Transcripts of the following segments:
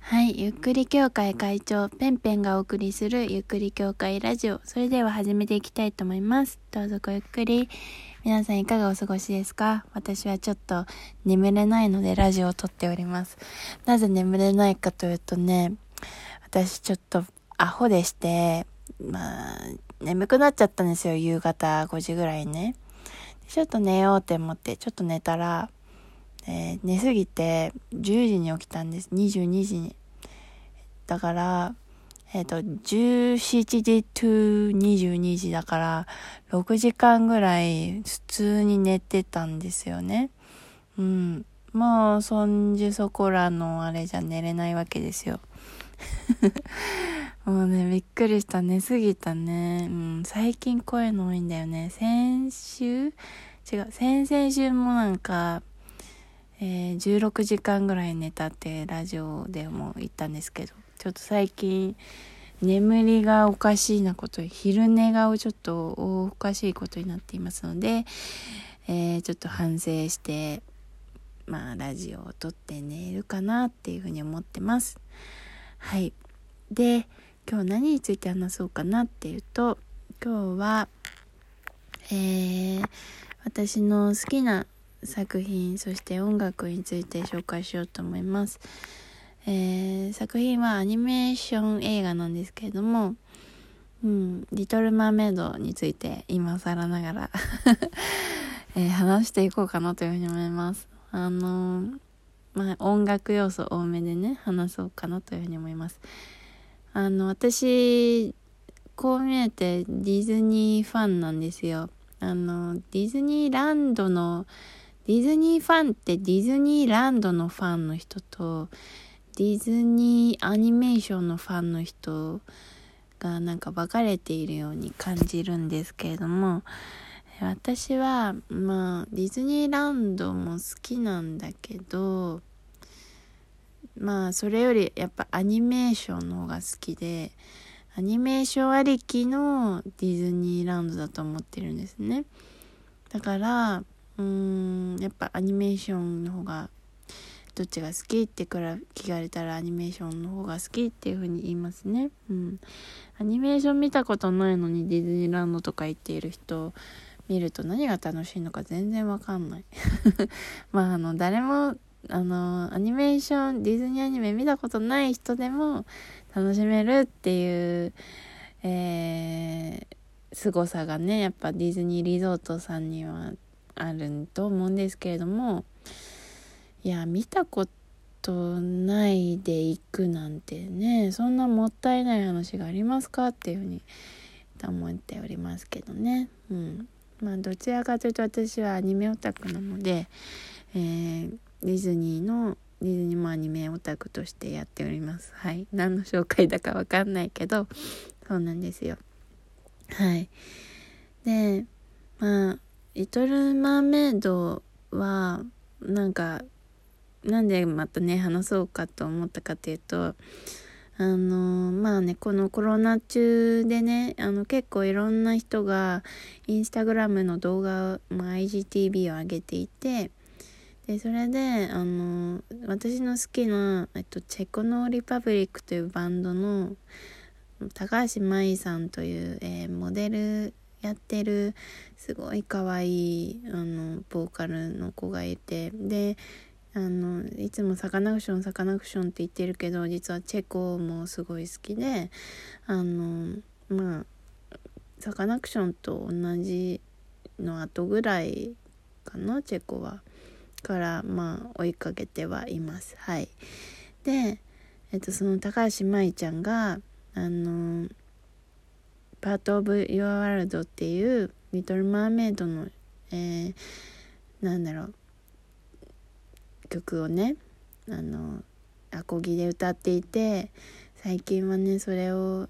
はい、ゆっくり協会会長ペンペンがお送りするゆっくり協会ラジオ。それでは始めていきたいと思います。どうぞごゆっくり。皆さんいかがお過ごしですか？私はちょっと眠れないのでラジオを撮っております。なぜ眠れないかというとね、私ちょっとアホでして、眠くなっちゃったんですよ。夕方5時ぐらいね。ちょっと寝ようって思ってちょっと寝たら、寝すぎて10時に起きたんです。22時に。だから、17時と22時だから、6時間ぐらい普通に寝てたんですよね。もう、そんじそこらのあれじゃ寝れないわけですよ。もうね、びっくりした。寝すぎたね。最近こういうの多いんだよね。先々週もなんか、16時間ぐらい寝たってラジオでも言ったんですけど、ちょっと最近眠りがおかしいなこと、昼寝がちょっとおかしいことになっていますので、ちょっと反省してラジオを撮って寝るかなっていうふうに思ってます。はい。で、今日何について話そうかなっていうと、今日は、私の好きな作品、そして音楽について紹介しようと思います。作品はアニメーション映画なんですけれども、リトルマーメイドについて今更ながら、話していこうかなというふうに思います。音楽要素多めでね、話そうかなというふうに思います。私、こう見えてディズニーファンなんですよ。ディズニーランドのディズニーファンってディズニーランドのファンの人とディズニーアニメーションのファンの人がなんか分かれているように感じるんですけれども、私はディズニーランドも好きなんだけど、それよりやっぱアニメーションの方が好きで、アニメーションありきのディズニーランドだと思ってるんですね。だからやっぱアニメーションの方がどっちが好きって聞かれたらアニメーションの方が好きっていう風に言いますね。アニメーション見たことないのにディズニーランドとか行っている人を見ると何が楽しいのか全然わかんない。誰もアニメーションディズニーアニメ見たことない人でも楽しめるっていう凄さがね、やっぱディズニーリゾートさんにはあると思うんですけれども、いや見たことないで行くなんてね、そんなもったいない話がありますかっていうふうに思っておりますけどね。どちらかというと私はアニメオタクなので、ディズニーもアニメオタクとしてやっております。はい。何の紹介だかわかんないけど、そうなんですよ。はい。で、リトルマーメイドは、なんでまたね、話そうかと思ったかというと、このコロナ中でね、結構いろんな人がインスタグラムの動画、IGTV を上げていて、でそれで私の好きな、チェコノーリパブリックというバンドの高橋舞さんという、モデルやってるすごい可愛いボーカルの子がいて、でいつもサカナクションって言ってるけど、実はチェコもすごい好きで、サカナクションと同じの後ぐらいかな、チェコはから追いかけてはいます。はい。で、その高橋舞ちゃんがパートオブユアワールドっていうリトルマーメイドの曲をねアコギで歌っていて、最近はねそれを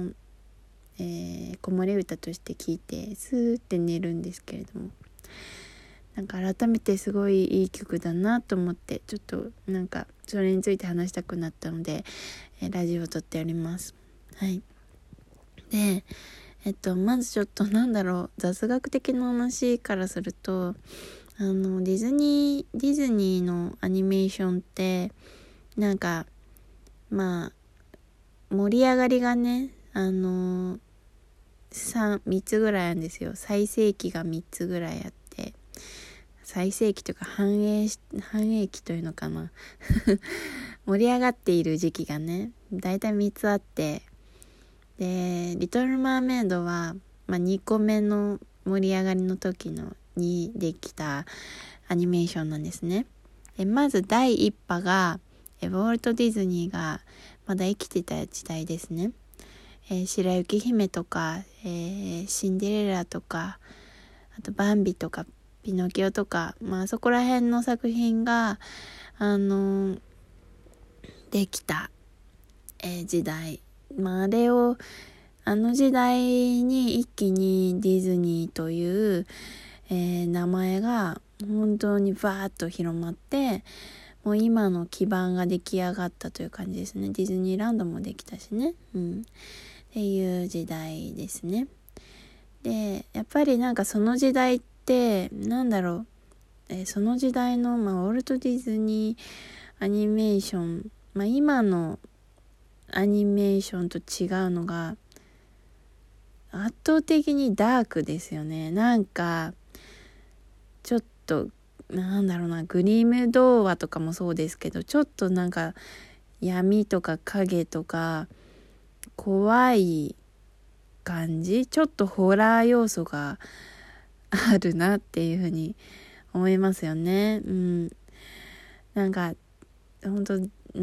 子守歌として聴いてスーって寝るんですけれども、改めてすごいいい曲だなと思って、ちょっとそれについて話したくなったので、ラジオを撮っております。はい。で、まずちょっと雑学的な話からすると、ディズニーのアニメーションってまあ盛り上がりがね3つぐらいあるんですよ。最盛期が3つぐらいあって、最盛期というか繁栄期というのかな盛り上がっている時期がねだいたい3つあって、でリトルマーメイドは、2個目の盛り上がりの時にできたアニメーションなんですね。まず第1波がウォルト・ディズニーがまだ生きてた時代ですね。白雪姫とか、シンデレラとか、あとバンビとかピノキオとか、そこら辺の作品ができた、時代、あの時代に一気にディズニーという、名前が本当にバーッと広まって、もう今の基盤が出来上がったという感じですね。ディズニーランドもできたしね、っていう時代ですね。でやっぱりなんかその時代ってその時代の、ウォルト・ディズニーアニメーション、今のアニメーションと違うのが圧倒的にダークですよね。なんかちょっとグリーム童話とかもそうですけど、ちょっとなんか闇とか影とか怖い感じ、ちょっとホラー要素があるなっていうふうに思いますよね。なんか本当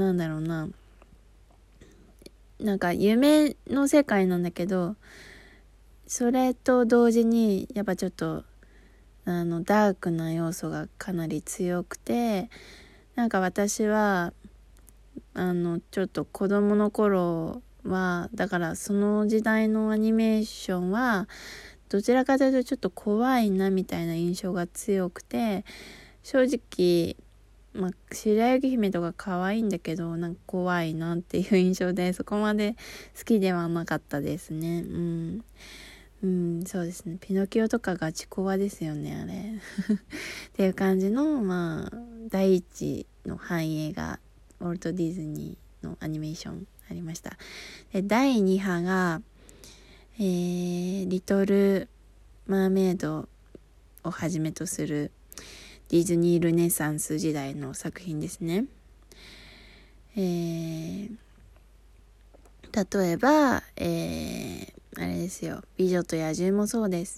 なんか夢の世界なんだけど、それと同時にやっぱちょっとダークな要素がかなり強くて、なんか私はちょっと子供の頃はだからその時代のアニメーションはどちらかというとちょっと怖いなみたいな印象が強くて、正直白雪姫とか可愛いんだけどなんか怖いなっていう印象で、そこまで好きではなかったですね。そうですね。ピノキオとかガチ怖ですよね、あれっていう感じの第一の繁栄がウォルト・ディズニーのアニメーションありました。で第2波が、リトル・マーメイドをはじめとするディズニールネサンス時代の作品ですね。例えば、あれですよ、美女と野獣もそうです。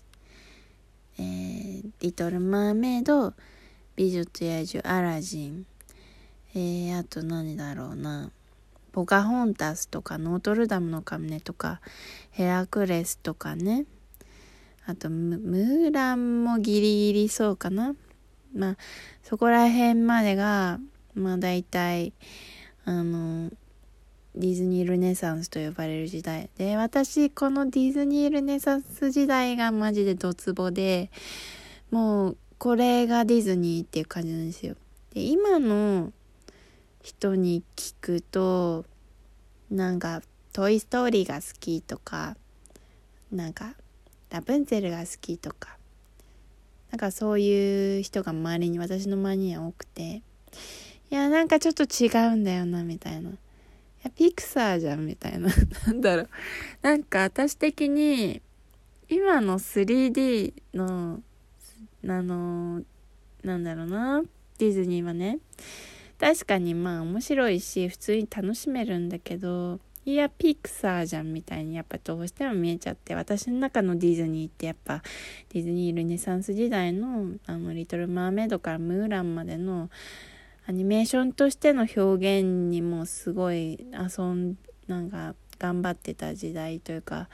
リトルマーメイド、美女と野獣、アラジン、あとポカホンタスとかノートルダムの鐘とかヘラクレスとかね、あとムーランもギリギリそうかな。そこら辺までがだいたいディズニールネサンスと呼ばれる時代で、私このディズニールネサンス時代がマジでドツボで、もうこれがディズニーっていう感じなんですよ。で今の人に聞くとなんかトイストーリーが好きとか、なんかラプンツェルが好きとか、なんかそういう人が私の周りには多くて、いやなんかちょっと違うんだよなみたいな、ピクサーじゃんみたいななんか私的に今の 3D のディズニーはね、確かに面白いし普通に楽しめるんだけど、いやピクサーじゃんみたいにやっぱどうしても見えちゃって、私の中のディズニーってやっぱディズニールネサンス時代のリトルマーメイドからムーランまでのアニメーションとしての表現にもすごい頑張ってた時代というか、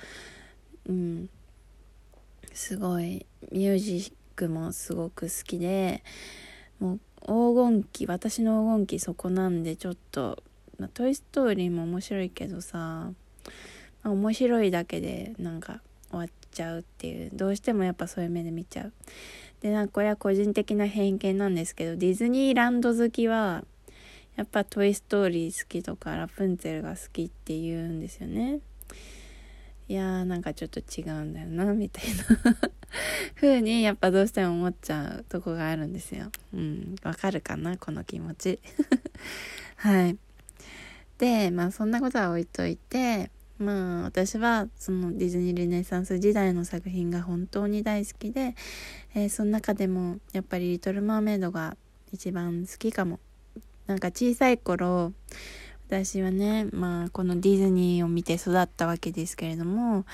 すごいミュージックもすごく好きで、もう私の黄金期そこなんで、ちょっとトイストーリーも面白いけどさ、面白いだけでなんか終わっちゃうっていう、どうしてもやっぱそういう目で見ちゃう。でこれは個人的な偏見なんですけど、ディズニーランド好きはやっぱトイストーリー好きとかラプンツェルが好きって言うんですよね。いやなんかちょっと違うんだよなみたいな風にやっぱどうしても思っちゃうとこがあるんですよ。わかるかなこの気持ちはい。 で、そんなことは置いといて、私はそのディズニールネサンス時代の作品が本当に大好きで、その中でもやっぱりリトルマーメイドが一番好きかも。なんか小さい頃、私はね、このディズニーを見て育ったわけですけれども、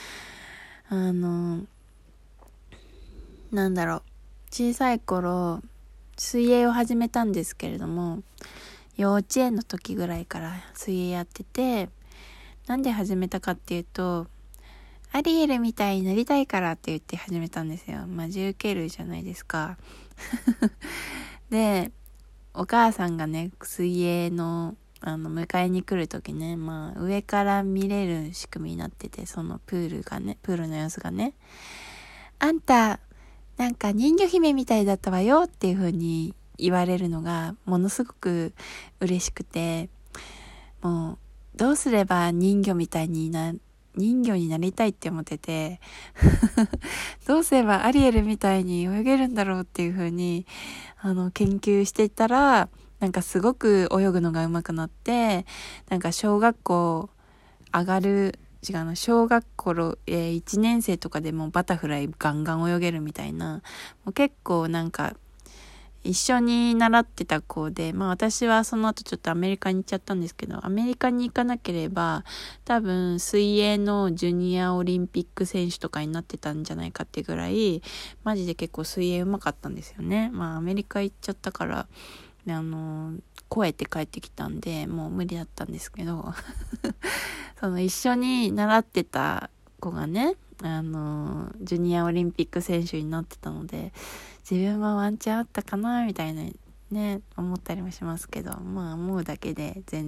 小さい頃、水泳を始めたんですけれども、幼稚園の時ぐらいから水泳やってて、なんで始めたかっていうと、アリエルみたいになりたいからって言って始めたんですよ。マジウケるじゃないですか。で、お母さんがね、水泳の迎えに来るときね、上から見れる仕組みになってて、そのプールの様子がね、あんた、なんか人魚姫みたいだったわよっていう風に言われるのがものすごく嬉しくて、もうどうすれば人魚になりたいって思っててどうすればアリエルみたいに泳げるんだろうっていう風に研究していたら、なんかすごく泳ぐのが上手くなって、なんか小学校1年生とかでもバタフライガンガン泳げるみたいな、もう結構なんか一緒に習ってた子で、私はその後ちょっとアメリカに行っちゃったんですけど、アメリカに行かなければ多分水泳のジュニアオリンピック選手とかになってたんじゃないかっていうぐらい、マジで結構水泳うまかったんですよね。アメリカ行っちゃったから超えて帰ってきたんでもう無理だったんですけどその一緒に習ってた子がね、ジュニアオリンピック選手になってたので、自分はワンチャンあったかなみたいなね、思ったりもしますけど、思うだけで全